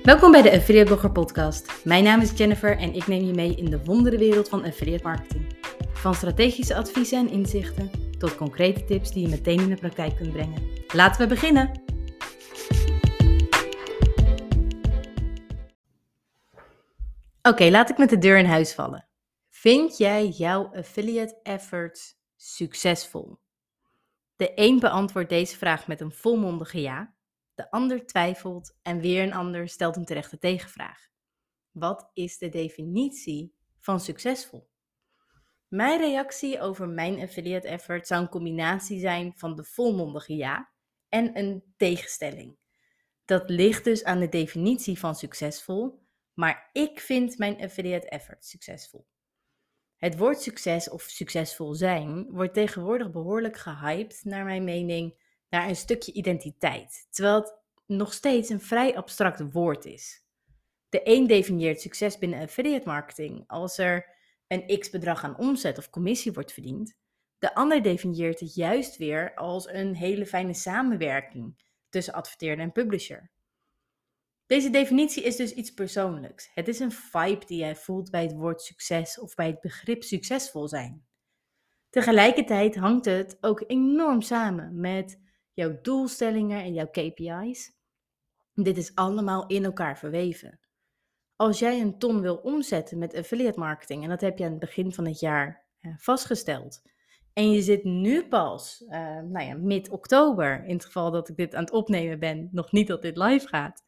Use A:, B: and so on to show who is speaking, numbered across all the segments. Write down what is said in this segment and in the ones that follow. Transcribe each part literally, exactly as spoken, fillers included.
A: Welkom bij de Affiliate Blogger podcast. Mijn naam is Jennifer en ik neem je mee in de wonderenwereld van affiliate marketing. Van strategische adviezen en inzichten tot concrete tips die je meteen in de praktijk kunt brengen. Laten we beginnen! Oké, laat ik met de deur in huis vallen. Vind jij jouw affiliate efforts succesvol? De een beantwoordt deze vraag met een volmondige ja. De ander twijfelt en weer een ander stelt een terechte tegenvraag. Wat is de definitie van succesvol? Mijn reactie over mijn affiliate effort zou een combinatie zijn van de volmondige ja en een tegenstelling. Dat ligt dus aan de definitie van succesvol, maar ik vind mijn affiliate effort succesvol. Het woord succes of succesvol zijn wordt tegenwoordig behoorlijk gehyped, naar mijn mening, naar een stukje identiteit, terwijl het nog steeds een vrij abstract woord is. De een definieert succes binnen affiliate marketing als er een x-bedrag aan omzet of commissie wordt verdiend. De ander definieert het juist weer als een hele fijne samenwerking tussen adverteerder en publisher. Deze definitie is dus iets persoonlijks. Het is een vibe die jij voelt bij het woord succes of bij het begrip succesvol zijn. Tegelijkertijd hangt het ook enorm samen met jouw doelstellingen en jouw K P I's. Dit is allemaal in elkaar verweven. Als jij een ton wil omzetten met affiliate marketing, en dat heb je aan het begin van het jaar eh, vastgesteld, en je zit nu pas, uh, nou ja, mid-oktober, in het geval dat ik dit aan het opnemen ben, nog niet dat dit live gaat,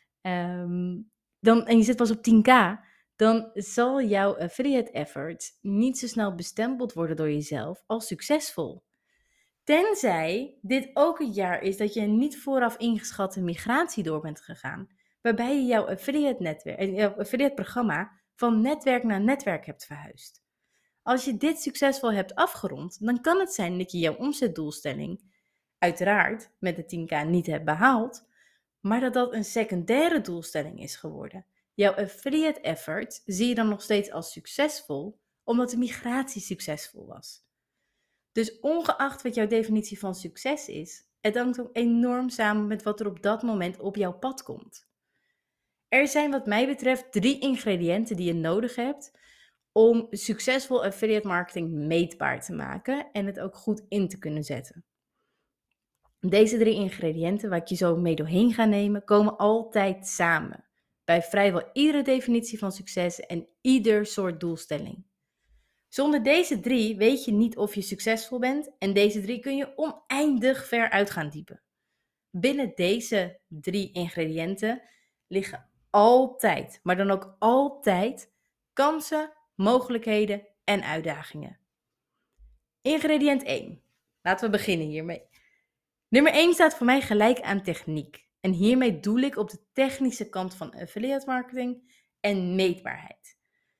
A: um, dan, en je zit pas op tien k, dan zal jouw affiliate effort niet zo snel bestempeld worden door jezelf als succesvol. Tenzij dit ook het jaar is dat je een niet vooraf ingeschatte migratie door bent gegaan, waarbij je jouw affiliate, netwerk, jouw affiliate programma van netwerk naar netwerk hebt verhuisd. Als je dit succesvol hebt afgerond, dan kan het zijn dat je jouw omzetdoelstelling uiteraard met de tien k niet hebt behaald, maar dat dat een secundaire doelstelling is geworden. Jouw affiliate effort zie je dan nog steeds als succesvol, omdat de migratie succesvol was. Dus ongeacht wat jouw definitie van succes is, het hangt ook enorm samen met wat er op dat moment op jouw pad komt. Er zijn wat mij betreft drie ingrediënten die je nodig hebt om succesvol affiliate marketing meetbaar te maken en het ook goed in te kunnen zetten. Deze drie ingrediënten, waar ik je zo mee doorheen ga nemen, komen altijd samen bij vrijwel iedere definitie van succes en ieder soort doelstelling. Zonder deze drie weet je niet of je succesvol bent en deze drie kun je oneindig ver uit gaan diepen. Binnen deze drie ingrediënten liggen altijd, maar dan ook altijd, kansen, mogelijkheden en uitdagingen. Ingrediënt één. Laten we beginnen hiermee. Nummer één staat voor mij gelijk aan techniek. En hiermee doel ik op de technische kant van affiliate marketing en meetbaarheid.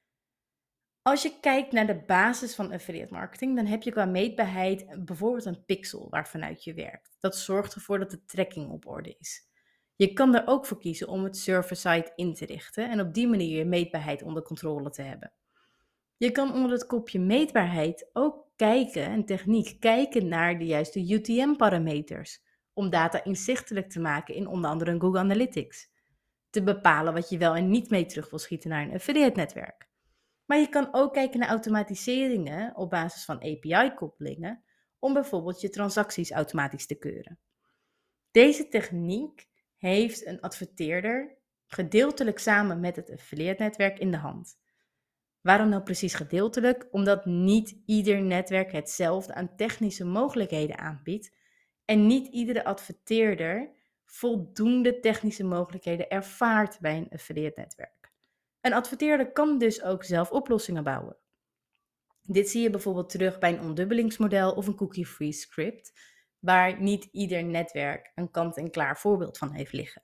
A: Als je kijkt naar de basis van affiliate marketing, dan heb je qua meetbaarheid bijvoorbeeld een pixel waarvanuit je werkt. Dat zorgt ervoor dat de tracking op orde is. Je kan er ook voor kiezen om het server-side in te richten en op die manier je meetbaarheid onder controle te hebben. Je kan onder het kopje meetbaarheid ook kijken, en techniek, kijken naar de juiste U T M-parameters, om data inzichtelijk te maken in onder andere een Google Analytics. Te bepalen wat je wel en niet mee terug wil schieten naar een affiliate-netwerk. Maar je kan ook kijken naar automatiseringen op basis van A P I-koppelingen, om bijvoorbeeld je transacties automatisch te keuren. Deze techniek heeft een adverteerder gedeeltelijk samen met het affiliate-netwerk in de hand. Waarom nou precies gedeeltelijk? Omdat niet ieder netwerk hetzelfde aan technische mogelijkheden aanbiedt en niet iedere adverteerder voldoende technische mogelijkheden ervaart bij een affiliate-netwerk. Een adverteerder kan dus ook zelf oplossingen bouwen. Dit zie je bijvoorbeeld terug bij een ondubbelingsmodel of een cookie-free script, waar niet ieder netwerk een kant-en-klaar voorbeeld van heeft liggen.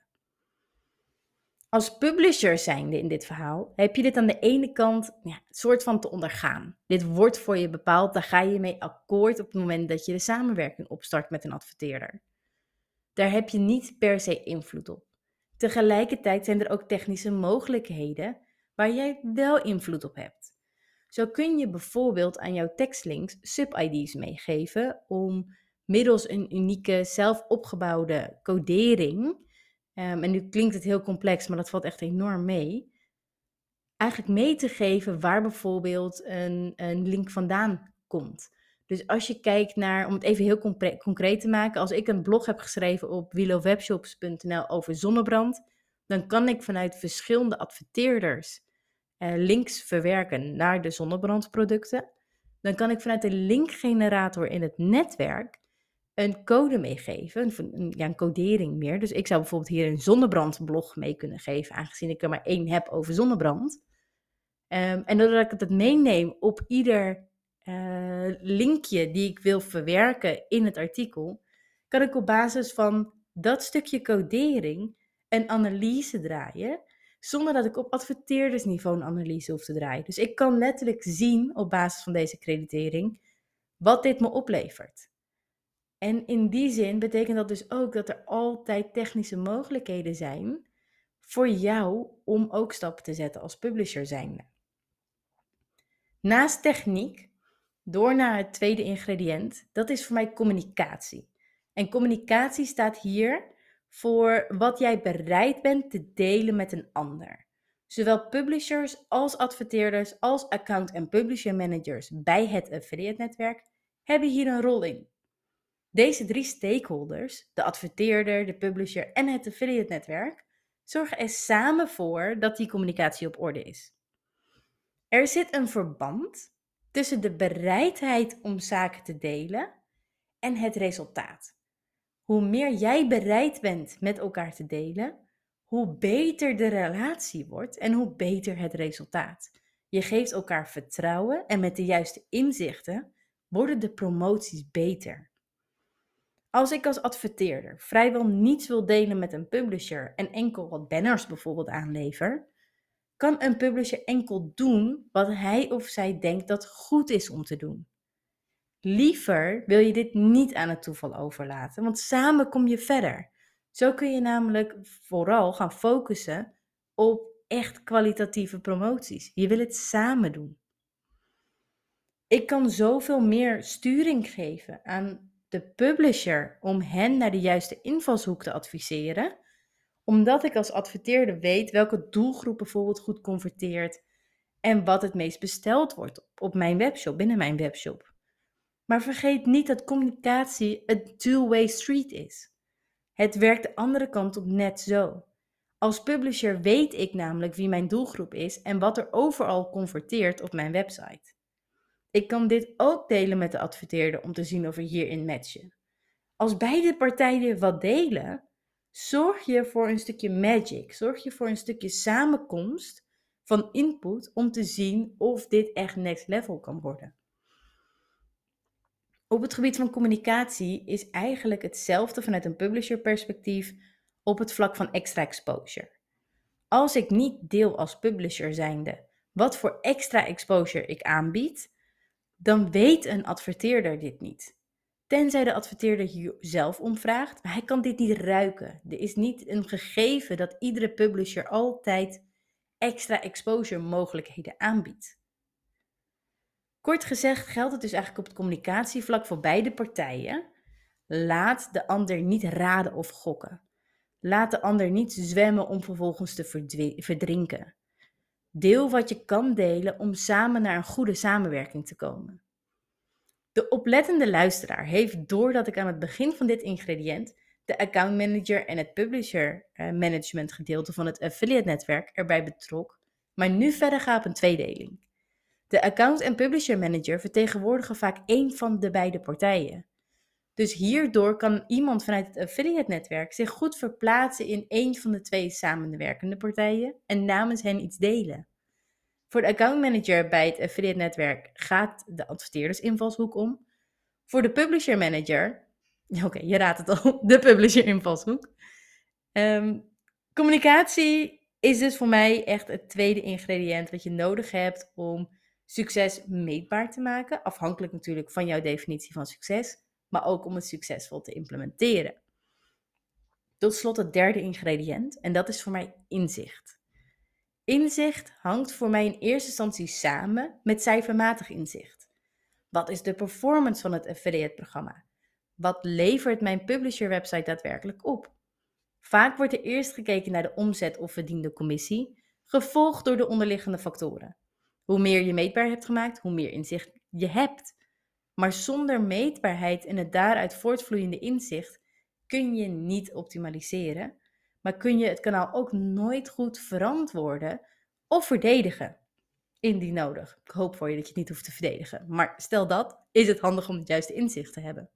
A: Als publisher zijnde in dit verhaal heb je dit aan de ene kant ja, een soort van te ondergaan. Dit wordt voor je bepaald, daar ga je mee akkoord op het moment dat je de samenwerking opstart met een adverteerder. Daar heb je niet per se invloed op. Tegelijkertijd zijn er ook technische mogelijkheden waar jij wel invloed op hebt. Zo kun je bijvoorbeeld aan jouw tekstlinks sub-I D's meegeven om middels een unieke zelf opgebouwde codering um, en nu klinkt het heel complex, maar dat valt echt enorm mee, eigenlijk mee te geven waar bijvoorbeeld een, een link vandaan komt. Dus als je kijkt naar, om het even heel compre- concreet te maken, als ik een blog heb geschreven op we love webshops punt n l over zonnebrand, dan kan ik vanuit verschillende adverteerders uh, links verwerken naar de zonnebrandproducten. Dan kan ik vanuit de linkgenerator in het netwerk een code meegeven, een, een, ja, een codering meer. Dus ik zou bijvoorbeeld hier een zonnebrandblog mee kunnen geven, aangezien ik er maar één heb over zonnebrand. Um, en doordat ik het meeneem op ieder uh, linkje die ik wil verwerken in het artikel, kan ik op basis van dat stukje codering een analyse draaien, zonder dat ik op adverteerdersniveau een analyse hoef te draaien. Dus ik kan letterlijk zien op basis van deze creditering wat dit me oplevert. En in die zin betekent dat dus ook dat er altijd technische mogelijkheden zijn voor jou om ook stappen te zetten als publisher zijnde. Naast techniek, door naar het tweede ingrediënt, dat is voor mij communicatie. En communicatie staat hier voor wat jij bereid bent te delen met een ander. Zowel publishers als adverteerders als account- en publisher managers bij het affiliate netwerk hebben hier een rol in. Deze drie stakeholders, de adverteerder, de publisher en het affiliate netwerk, zorgen er samen voor dat die communicatie op orde is. Er zit een verband tussen de bereidheid om zaken te delen en het resultaat. Hoe meer jij bereid bent met elkaar te delen, hoe beter de relatie wordt en hoe beter het resultaat. Je geeft elkaar vertrouwen en met de juiste inzichten worden de promoties beter. Als ik als adverteerder vrijwel niets wil delen met een publisher en enkel wat banners bijvoorbeeld aanlever, kan een publisher enkel doen wat hij of zij denkt dat goed is om te doen. Liever wil je dit niet aan het toeval overlaten, want samen kom je verder. Zo kun je namelijk vooral gaan focussen op echt kwalitatieve promoties. Je wil het samen doen. Ik kan zoveel meer sturing geven aan de publisher om hen naar de juiste invalshoek te adviseren, omdat ik als adverteerder weet welke doelgroep bijvoorbeeld goed converteert en wat het meest besteld wordt op, op mijn webshop, binnen mijn webshop. Maar vergeet niet dat communicatie een two-way street is. Het werkt de andere kant op net zo. Als publisher weet ik namelijk wie mijn doelgroep is en wat er overal converteert op mijn website. Ik kan dit ook delen met de adverteerder om te zien of we hierin matchen. Als beide partijen wat delen, zorg je voor een stukje magic. Zorg je voor een stukje samenkomst van input om te zien of dit echt next level kan worden. Op het gebied van communicatie is eigenlijk hetzelfde vanuit een publisher perspectief op het vlak van extra exposure. Als ik niet deel als publisher zijnde wat voor extra exposure ik aanbied, dan weet een adverteerder dit niet. Tenzij de adverteerder hier zelf om vraagt, maar hij kan dit niet ruiken. Er is niet een gegeven dat iedere publisher altijd extra exposure mogelijkheden aanbiedt. Kort gezegd geldt het dus eigenlijk op het communicatievlak voor beide partijen. Laat de ander niet raden of gokken. Laat de ander niet zwemmen om vervolgens te verdwe- verdrinken. Deel wat je kan delen om samen naar een goede samenwerking te komen. De oplettende luisteraar heeft doordat ik aan het begin van dit ingrediënt de account manager en het publisher management gedeelte van het affiliate netwerk erbij betrok, maar nu verder ga op een tweedeling. De account en publisher manager vertegenwoordigen vaak één van de beide partijen. Dus hierdoor kan iemand vanuit het affiliate netwerk zich goed verplaatsen in één van de twee samenwerkende partijen en namens hen iets delen. Voor de accountmanager bij het affiliate netwerk gaat de adverteerdersinvalshoek om. Voor de publisher manager, oké, okay, je raadt het al, de publisher invalshoek. Um, communicatie is dus voor mij echt het tweede ingrediënt wat je nodig hebt om succes meetbaar te maken. Afhankelijk natuurlijk van jouw definitie van succes, maar ook om het succesvol te implementeren. Tot slot het derde ingrediënt en dat is voor mij inzicht. Inzicht hangt voor mij in eerste instantie samen met cijfermatig inzicht. Wat is de performance van het affiliate programma? Wat levert mijn publisher website daadwerkelijk op? Vaak wordt er eerst gekeken naar de omzet of verdiende commissie, gevolgd door de onderliggende factoren. Hoe meer je meetbaar hebt gemaakt, hoe meer inzicht je hebt. Maar zonder meetbaarheid en het daaruit voortvloeiende inzicht kun je niet optimaliseren, maar kun je het kanaal ook nooit goed verantwoorden of verdedigen, indien nodig. Ik hoop voor je dat je het niet hoeft te verdedigen, maar stel dat, is het handig om het juiste inzicht te hebben.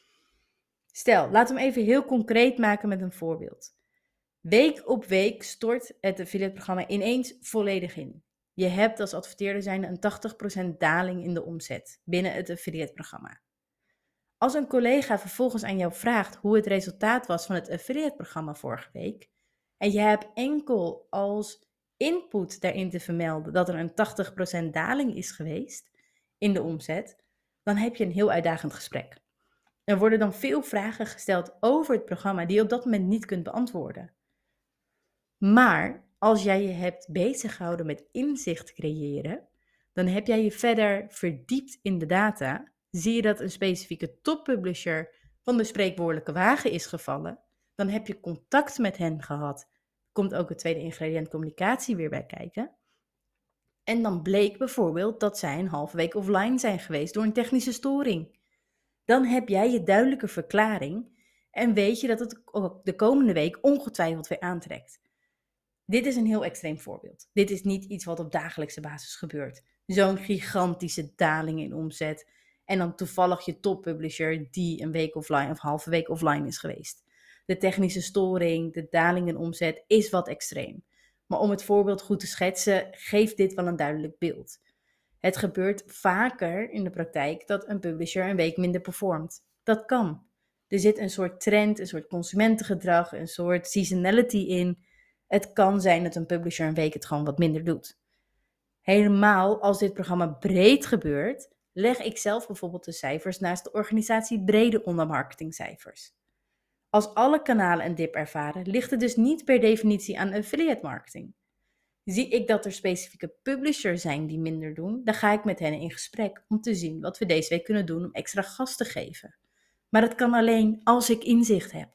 A: Stel, laten we hem even heel concreet maken met een voorbeeld. Week op week stort het affiliate-programma ineens volledig in. Je hebt als adverteerder zijnde een tachtig procent daling in de omzet binnen het affiliate-programma. Als een collega vervolgens aan jou vraagt hoe het resultaat was van het affiliate-programma vorige week, en je hebt enkel als input daarin te vermelden dat er een tachtig procent daling is geweest in de omzet, dan heb je een heel uitdagend gesprek. Er worden dan veel vragen gesteld over het programma die je op dat moment niet kunt beantwoorden. Maar als jij je hebt bezig gehouden met inzicht creëren, dan heb jij je verder verdiept in de data. Zie je dat een specifieke toppublisher van de spreekwoordelijke wagen is gevallen, dan heb je contact met hen gehad. Komt ook het tweede ingrediënt communicatie weer bij kijken. En dan bleek bijvoorbeeld dat zij een halve week offline zijn geweest door een technische storing. Dan heb jij je duidelijke verklaring en weet je dat het ook de komende week ongetwijfeld weer aantrekt. Dit is een heel extreem voorbeeld. Dit is niet iets wat op dagelijkse basis gebeurt. Zo'n gigantische daling in omzet en dan toevallig je toppublisher die een week offline of halve week offline is geweest. De technische storing, de daling in omzet is wat extreem. Maar om het voorbeeld goed te schetsen, geeft dit wel een duidelijk beeld. Het gebeurt vaker in de praktijk dat een publisher een week minder performt. Dat kan. Er zit een soort trend, een soort consumentengedrag, een soort seasonality in. Het kan zijn dat een publisher een week het gewoon wat minder doet. Helemaal als dit programma breed gebeurt, leg ik zelf bijvoorbeeld de cijfers naast de organisatie brede ondermarketingcijfers. Als alle kanalen een dip ervaren, ligt het dus niet per definitie aan affiliate marketing. Zie ik dat er specifieke publishers zijn die minder doen, dan ga ik met hen in gesprek om te zien wat we deze week kunnen doen om extra gas te geven. Maar dat kan alleen als ik inzicht heb.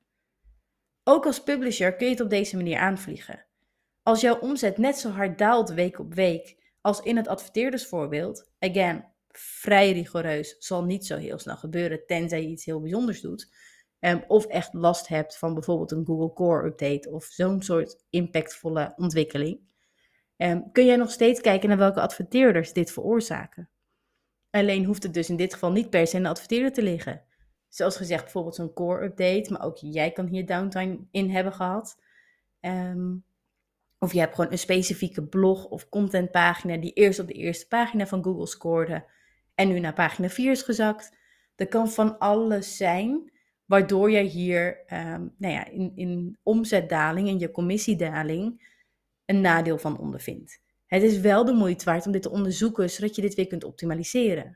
A: Ook als publisher kun je het op deze manier aanvliegen. Als jouw omzet net zo hard daalt week op week als in het adverteerdersvoorbeeld, again, vrij rigoureus, zal niet zo heel snel gebeuren tenzij je iets heel bijzonders doet, um, of echt last hebt van bijvoorbeeld een Google Core update of zo'n soort impactvolle ontwikkeling, um, kun jij nog steeds kijken naar welke adverteerders dit veroorzaken. Alleen hoeft het dus in dit geval niet per se in de adverteerder te liggen. Zoals gezegd, bijvoorbeeld zo'n core update, maar ook jij kan hier downtime in hebben gehad. Um, of je hebt gewoon een specifieke blog of contentpagina die eerst op de eerste pagina van Google scoorde en nu naar pagina vier is gezakt. Er kan van alles zijn waardoor je hier um, nou ja, in, in omzetdaling en je commissiedaling een nadeel van ondervindt. Het is wel de moeite waard om dit te onderzoeken, zodat je dit weer kunt optimaliseren.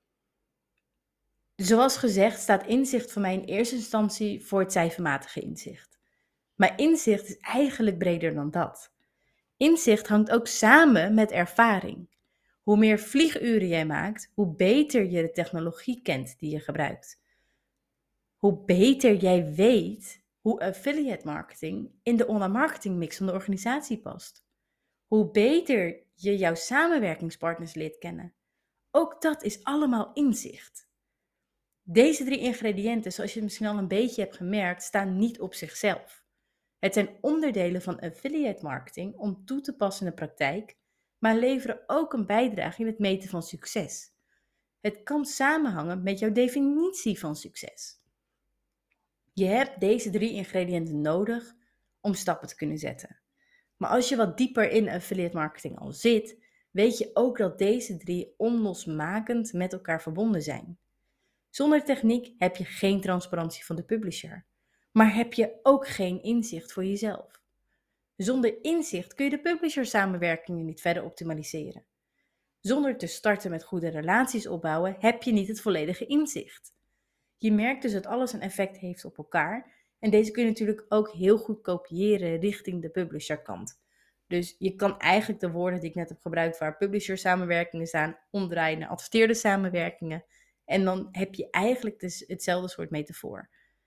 A: Zoals gezegd staat inzicht voor mij in eerste instantie voor het cijfermatige inzicht. Maar inzicht is eigenlijk breder dan dat. Inzicht hangt ook samen met ervaring. Hoe meer vlieguren jij maakt, hoe beter je de technologie kent die je gebruikt. Hoe beter jij weet hoe affiliate marketing in de online marketing mix van de organisatie past. Hoe beter je jouw samenwerkingspartners leert kennen. Ook dat is allemaal inzicht. Deze drie ingrediënten, zoals je het misschien al een beetje hebt gemerkt, staan niet op zichzelf. Het zijn onderdelen van affiliate marketing om toe te passen in de praktijk, maar leveren ook een bijdrage in het meten van succes. Het kan samenhangen met jouw definitie van succes. Je hebt deze drie ingrediënten nodig om stappen te kunnen zetten. Maar als je wat dieper in affiliate marketing al zit, weet je ook dat deze drie onlosmakend met elkaar verbonden zijn. Zonder techniek heb je geen transparantie van de publisher, maar heb je ook geen inzicht voor jezelf. Zonder inzicht kun je de publisher samenwerkingen niet verder optimaliseren. Zonder te starten met goede relaties opbouwen heb je niet het volledige inzicht. Je merkt dus dat alles een effect heeft op elkaar en deze kun je natuurlijk ook heel goed kopiëren richting de publisherkant. Dus je kan eigenlijk de woorden die ik net heb gebruikt waar publisher samenwerkingen staan omdraaien naar adverteerder samenwerkingen. En dan heb je eigenlijk dus hetzelfde soort metafoor.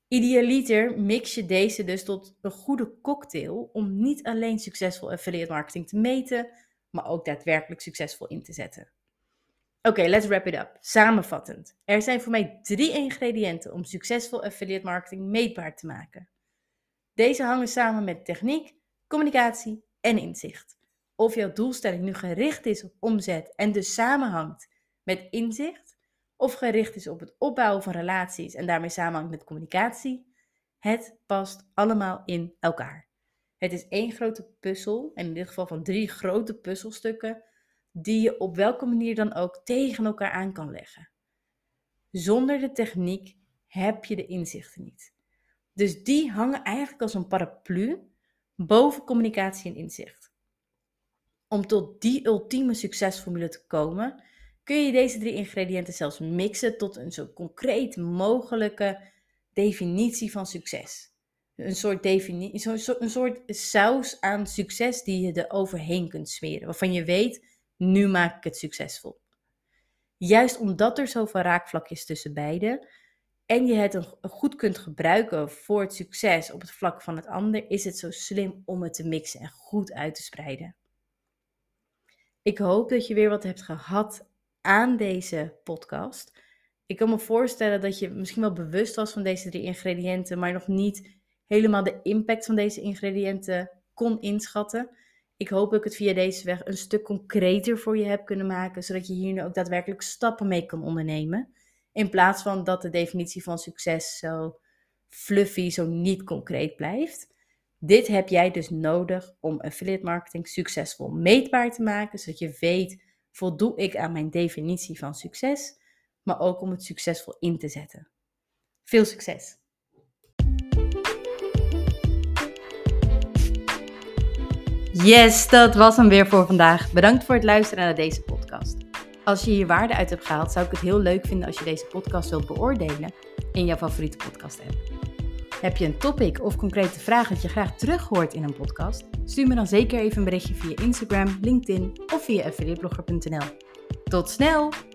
A: Idealiter mix je deze dus tot een goede cocktail om niet alleen succesvol affiliate marketing te meten, maar ook daadwerkelijk succesvol in te zetten. Oké, okay, let's wrap it up. Samenvattend. Er zijn voor mij drie ingrediënten om succesvol affiliate marketing meetbaar te maken. Deze hangen samen met techniek, communicatie en inzicht. Of jouw doelstelling nu gericht is op omzet en dus samenhangt met inzicht, of gericht is op het opbouwen van relaties en daarmee samenhangt met communicatie, het past allemaal in elkaar. Het is één grote puzzel, en in dit geval van drie grote puzzelstukken, die je op welke manier dan ook tegen elkaar aan kan leggen. Zonder de techniek heb je de inzichten niet. Dus die hangen eigenlijk als een paraplu boven communicatie en inzicht. Om tot die ultieme succesformule te komen, kun je deze drie ingrediënten zelfs mixen tot een zo concreet mogelijke definitie van succes. Een soort, defini- zo, een soort saus aan succes die je er overheen kunt smeren, waarvan je weet, nu maak ik het succesvol. Juist omdat er zoveel raakvlakjes tussen beide en je het goed kunt gebruiken voor het succes op het vlak van het ander, is het zo slim om het te mixen en goed uit te spreiden. Ik hoop dat je weer wat hebt gehad aan deze podcast. Ik kan me voorstellen dat je misschien wel bewust was van deze drie ingrediënten, maar nog niet helemaal de impact van deze ingrediënten kon inschatten. Ik hoop dat ik het via deze weg een stuk concreter voor je heb kunnen maken, zodat je hier nu ook daadwerkelijk stappen mee kan ondernemen. In plaats van dat de definitie van succes zo fluffy, zo niet concreet blijft. Dit heb jij dus nodig om affiliate marketing succesvol meetbaar te maken, zodat je weet, voldoe ik aan mijn definitie van succes, maar ook om het succesvol in te zetten. Veel succes! Yes, dat was hem weer voor vandaag. Bedankt voor het luisteren naar deze podcast. Als je hier waarde uit hebt gehaald, zou ik het heel leuk vinden als je deze podcast wilt beoordelen in jouw favoriete podcast app. Heb je een topic of concrete vraag dat je graag terug hoort in een podcast? Stuur me dan zeker even een berichtje via Instagram, LinkedIn of via affiliateblogger punt n l. Tot snel!